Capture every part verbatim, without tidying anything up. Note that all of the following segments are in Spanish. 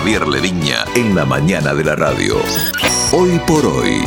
Javier Leriña en la mañana de la radio. Hoy por hoy.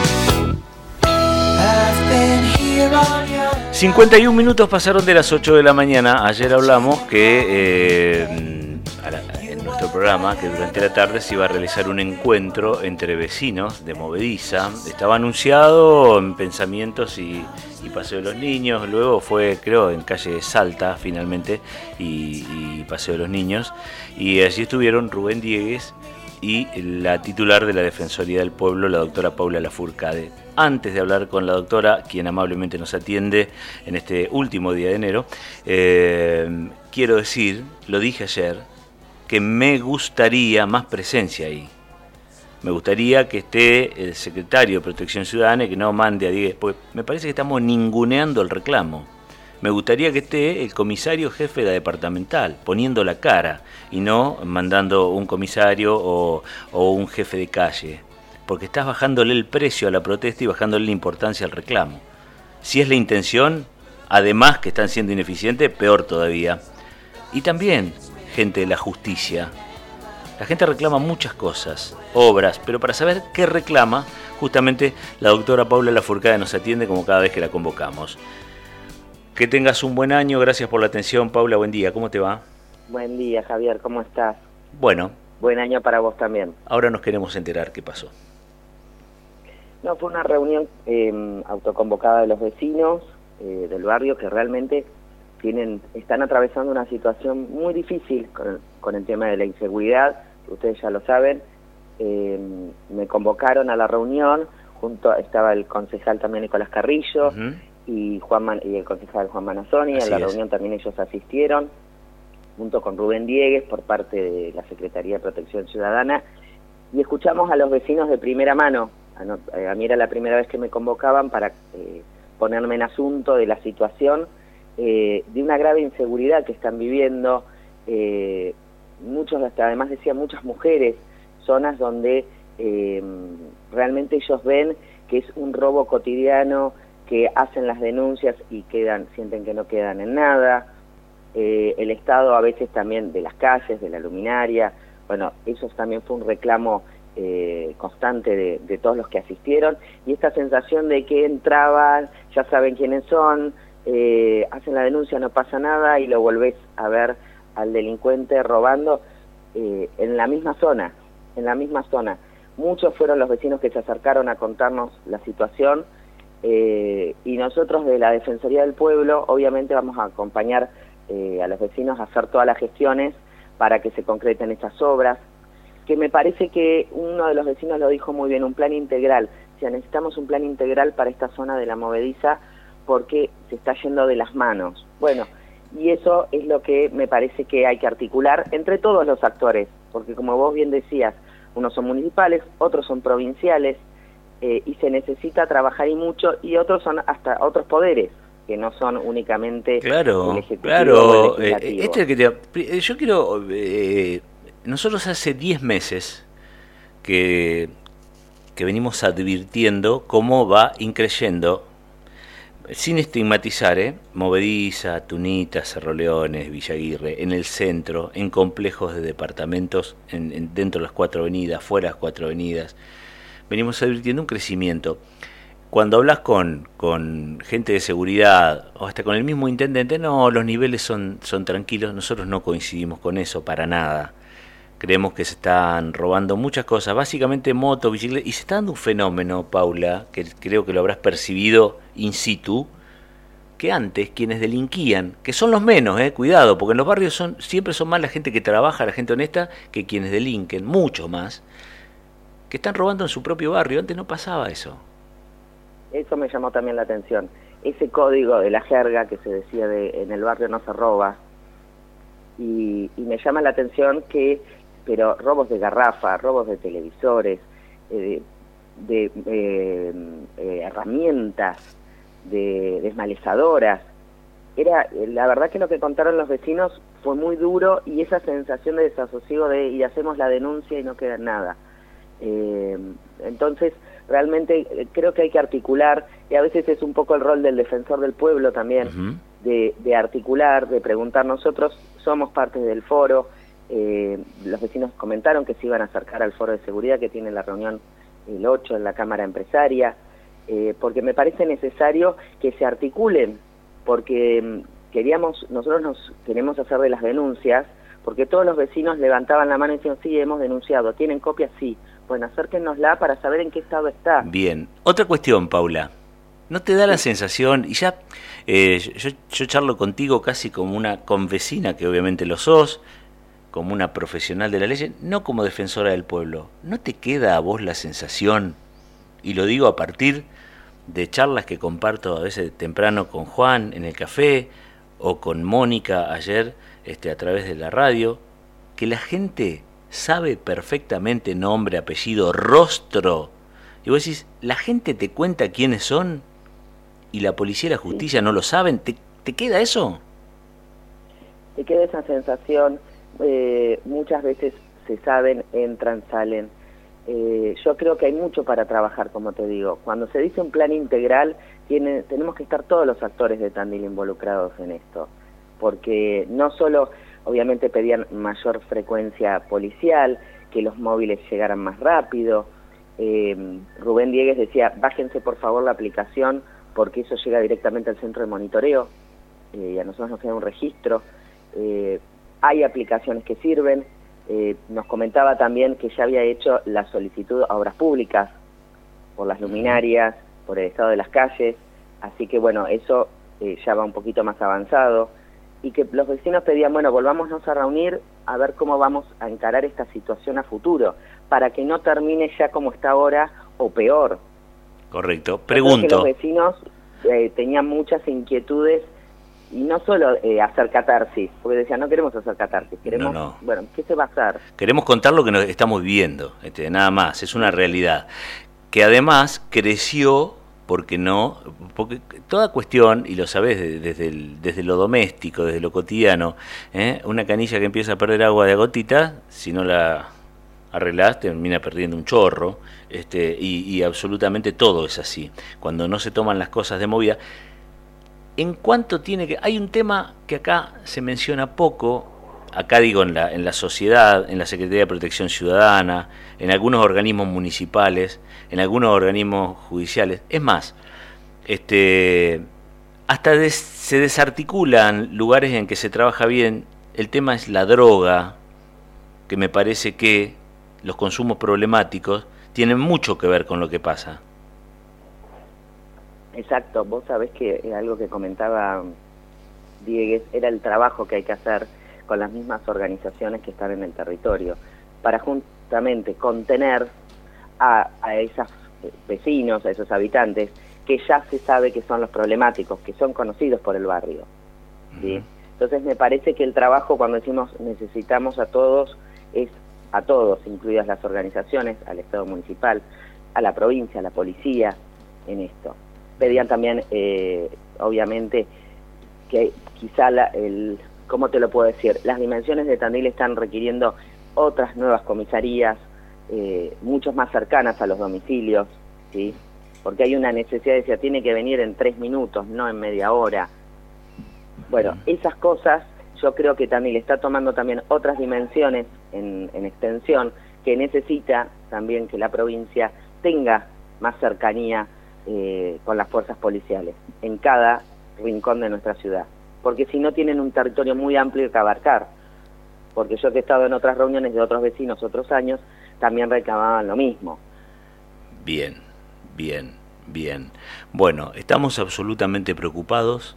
cincuenta y un minutos pasaron de las ocho de la mañana. Ayer hablamos que eh, en nuestro programa, que durante la tarde se iba a realizar un encuentro entre vecinos de Movediza. Estaba anunciado en Pensamientos y, y Paseo de los Niños. Luego fue, creo, en calle Salta, finalmente, y, y Paseo de los Niños. Y allí estuvieron Rubén Diegues y la titular de la Defensoría del Pueblo, la doctora Paula Lafourcade. Antes de hablar con la doctora, quien amablemente nos atiende en este último día de enero, eh, quiero decir, lo dije ayer, que me gustaría más presencia ahí. Me gustaría que esté el secretario de Protección Ciudadana y que no mande a Diegues, porque me parece que estamos ninguneando el reclamo. Me gustaría que esté el comisario jefe de la departamental, poniendo la cara, y no mandando un comisario o, o un jefe de calle, porque estás bajándole el precio a la protesta y bajándole la importancia al reclamo. Si es la intención, además que están siendo ineficientes, peor todavía. Y también gente de la justicia. La gente reclama muchas cosas, obras, pero para saber qué reclama, justamente la doctora Paula Lafourcade nos atiende como cada vez que la convocamos. Que tengas un buen año, gracias por la atención, Paula, buen día, ¿cómo te va? Buen día, Javier, ¿cómo estás? Bueno. Buen año para vos también. Ahora nos queremos enterar qué pasó. No, fue una reunión eh, autoconvocada de los vecinos eh, del barrio que realmente tienen, están atravesando una situación muy difícil con, con el tema de la inseguridad, que ustedes ya lo saben. Eh, me convocaron a la reunión, junto estaba el concejal también Nicolás Carrillo, uh-huh. y, Juan Man, y el concejal Juan Manazoni. Así a la es. reunión también ellos asistieron, junto con Rubén Diegues por parte de la Secretaría de Protección Ciudadana, y escuchamos a los vecinos de primera mano. A, no, a mí era la primera vez que me convocaban para eh, ponerme en asunto de la situación eh, de una grave inseguridad que están viviendo, eh, muchos, hasta además decía muchas mujeres, zonas donde eh, realmente ellos ven que es un robo cotidiano, que hacen las denuncias y quedan, sienten que no quedan en nada. Eh, el estado a veces también de las calles, de la luminaria, bueno, eso también fue un reclamo eh, constante de, de todos los que asistieron, y esta sensación de que entraban, ya saben quiénes son, eh, hacen la denuncia, no pasa nada, y lo volvés a ver al delincuente robando eh, en la misma zona, en la misma zona. Muchos fueron los vecinos que se acercaron a contarnos la situación, eh, y nosotros de la Defensoría del Pueblo obviamente vamos a acompañar eh, a los vecinos a hacer todas las gestiones para que se concreten estas obras, que me parece que uno de los vecinos lo dijo muy bien, un plan integral. O sea, necesitamos un plan integral para esta zona de la Movediza porque se está yendo de las manos. Bueno, y eso es lo que me parece que hay que articular entre todos los actores, porque como vos bien decías, unos son municipales, otros son provinciales, eh, y se necesita trabajar y mucho, y otros son hasta otros poderes, que no son únicamente claro, el Ejecutivo claro, o el Legislativo. Eh, este es el que te, yo quiero... Eh, nosotros hace diez meses que, que venimos advirtiendo cómo va increyendo, sin estigmatizar, ¿eh? Movediza, Tunita, Cerro Leones, Villa Aguirre, en el centro, en complejos de departamentos, en, en, dentro de las cuatro avenidas, fuera de las cuatro avenidas, venimos advirtiendo un crecimiento. Cuando hablas con, con gente de seguridad o hasta con el mismo intendente, no, los niveles son, son tranquilos, nosotros no coincidimos con eso para nada. Creemos que se están robando muchas cosas, básicamente motos, bicicletas, y se está dando un fenómeno, Paula, que creo que lo habrás percibido in situ, que antes quienes delinquían, que son los menos, eh, cuidado, porque en los barrios son siempre son más la gente que trabaja, la gente honesta, que quienes delinquen, mucho más, que están robando en su propio barrio. Antes no pasaba eso. Eso me llamó también la atención. Ese código de la jerga que se decía de en el barrio no se roba, y, y me llama la atención que pero robos de garrafa, robos de televisores, eh, de, de eh, eh, herramientas, de desmalezadoras. Era, la verdad que lo que contaron los vecinos fue muy duro, y esa sensación de desasosiego de y hacemos la denuncia y no queda nada. Eh, entonces, realmente eh, creo que hay que articular, y a veces es un poco el rol del defensor del pueblo también, uh-huh. de, de articular, de preguntar. Nosotros somos parte del foro, Eh, los vecinos comentaron que se iban a acercar al foro de seguridad que tiene la reunión el ocho en la Cámara Empresaria, eh, porque me parece necesario que se articulen, porque mmm, queríamos, nosotros nos queremos hacer de las denuncias, porque todos los vecinos levantaban la mano y decían, sí, hemos denunciado, ¿tienen copias? Sí. Bueno, acérquennosla para saber en qué estado está. Bien. Otra cuestión, Paula. ¿No te da la sensación, y ya eh, yo, yo charlo contigo casi como una convecina, que obviamente lo sos, como una profesional de la ley, no como defensora del pueblo, ¿no te queda a vos la sensación, y lo digo a partir de charlas que comparto a veces temprano con Juan en el café, o con Mónica ayer este, a través de la radio, que la gente sabe perfectamente nombre, apellido, rostro, y vos decís, la gente te cuenta quiénes son, y la policía y la justicia sí. no lo saben? ¿Te, te queda eso? Te queda esa sensación. Eh, muchas veces se saben, entran, salen. Eh, yo creo que hay mucho para trabajar, como te digo. Cuando se dice un plan integral, tiene, tenemos que estar todos los actores de Tandil involucrados en esto, porque no solo, obviamente pedían mayor frecuencia policial, que los móviles llegaran más rápido. Eh, Rubén Diegues decía, bájense por favor la aplicación, porque eso llega directamente al centro de monitoreo, eh, y a nosotros nos queda un registro. Eh, hay aplicaciones que sirven. Eh, nos comentaba también que ya había hecho la solicitud a obras públicas por las luminarias, por el estado de las calles, así que bueno, eso eh, ya va un poquito más avanzado, y que los vecinos pedían, bueno, volvámonos a reunir a ver cómo vamos a encarar esta situación a futuro, para que no termine ya como está ahora o peor. Correcto. Pregunto. Los vecinos eh, tenían muchas inquietudes, y no solo eh, hacer catarsis, porque decían, no queremos hacer catarsis, queremos, no, no. bueno, ¿qué se va a hacer? Queremos contar lo que nos estamos viviendo, este, nada más, es una realidad, que además creció, porque no, porque toda cuestión, y lo sabés desde, el, desde lo doméstico, desde lo cotidiano, ¿eh? Una canilla que empieza a perder agua de gotita, si no la arreglás, termina perdiendo un chorro, este, y, y absolutamente todo es así, cuando no se toman las cosas de movida. En cuanto tiene que... Hay un tema que acá se menciona poco, acá digo en la, en la sociedad, en la Secretaría de Protección Ciudadana, en algunos organismos municipales, en algunos organismos judiciales. Es más, este, hasta des, se desarticulan lugares en que se trabaja bien. El tema es la droga, que me parece que los consumos problemáticos tienen mucho que ver con lo que pasa. Exacto, vos sabés que eh, algo que comentaba Diegues era el trabajo que hay que hacer con las mismas organizaciones que están en el territorio, para justamente contener a, a esos vecinos, a esos habitantes, que ya se sabe que son los problemáticos, que son conocidos por el barrio, ¿sí? Uh-huh. Entonces me parece que el trabajo, cuando decimos necesitamos a todos, es a todos, incluidas las organizaciones, al Estado municipal, a la provincia, a la policía, en esto. Pedían también, eh, obviamente, que quizá la, el, ¿cómo te lo puedo decir? Las dimensiones de Tandil están requiriendo otras nuevas comisarías, eh, mucho más cercanas a los domicilios, ¿sí? Porque hay una necesidad de decir, tiene que venir en tres minutos, no en media hora. Bueno, esas cosas yo creo que Tandil está tomando también otras dimensiones en, en extensión, que necesita también que la provincia tenga más cercanía eh, con las fuerzas policiales en cada rincón de nuestra ciudad, porque si no tienen un territorio muy amplio que abarcar, porque yo que he estado en otras reuniones de otros vecinos otros años, también reclamaban lo mismo. Bien, bien, bien. Bueno, estamos absolutamente preocupados,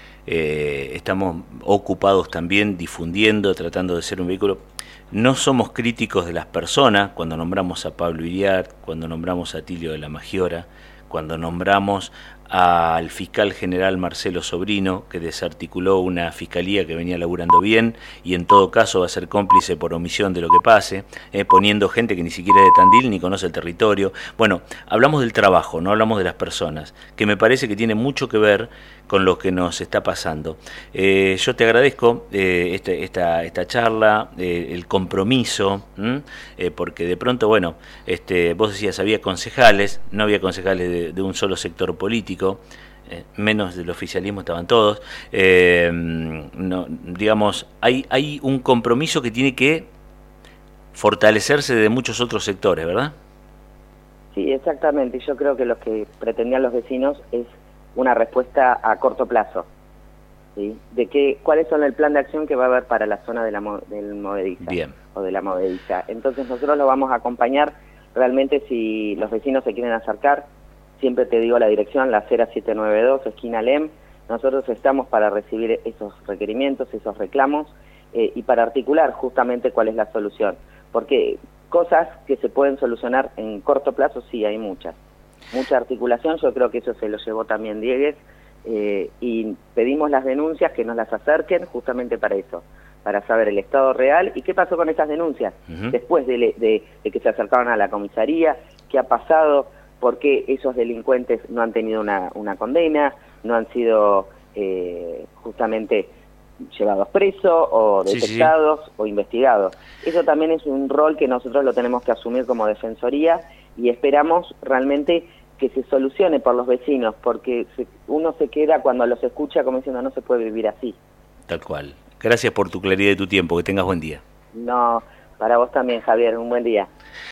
eh, estamos ocupados también difundiendo, tratando de ser un vehículo. No somos críticos de las personas, cuando nombramos a Pablo Iriart, cuando nombramos a Tilio de la Magiora, cuando nombramos al fiscal general Marcelo Sobrino, que desarticuló una fiscalía que venía laburando bien y en todo caso va a ser cómplice por omisión de lo que pase, eh, poniendo gente que ni siquiera es de Tandil ni conoce el territorio. Bueno, hablamos del trabajo, no hablamos de las personas, que me parece que tiene mucho que ver con lo que nos está pasando. Eh, yo te agradezco eh, esta, esta, esta charla, eh, el compromiso, eh, porque de pronto, bueno, este, vos decías, había concejales, no había concejales de, de un solo sector político, eh, menos del oficialismo estaban todos. Eh, no, digamos, hay, hay un compromiso que tiene que fortalecerse de muchos otros sectores, ¿verdad? Sí, exactamente. Yo creo que lo que pretendían los vecinos es una respuesta a corto plazo. ¿Sí? De qué, cuáles son el plan de acción que va a haber para la zona de la del Movediza. Bien. O de la Movediza. Entonces nosotros lo vamos a acompañar realmente si los vecinos se quieren acercar. Siempre te digo la dirección, la acera siete nueve dos, esquina Lem. Nosotros estamos para recibir esos requerimientos, esos reclamos eh, y para articular justamente cuál es la solución. Porque cosas que se pueden solucionar en corto plazo, sí, hay muchas. Mucha articulación, yo creo que eso se lo llevó también Diegues. Eh, y pedimos las denuncias que nos las acerquen justamente para eso, para saber el estado real y qué pasó con esas denuncias uh-huh. después de, de, de que se acercaron a la comisaría, qué ha pasado, por qué esos delincuentes no han tenido una, una condena, no han sido eh, justamente llevados presos o detectados sí, sí. o investigados. Eso también es un rol que nosotros lo tenemos que asumir como defensoría y esperamos realmente que se solucione por los vecinos, porque se, uno se queda cuando los escucha como diciendo no se puede vivir así. Tal cual. Gracias por tu claridad y tu tiempo, que tengas buen día. No, para vos también, Javier, un buen día.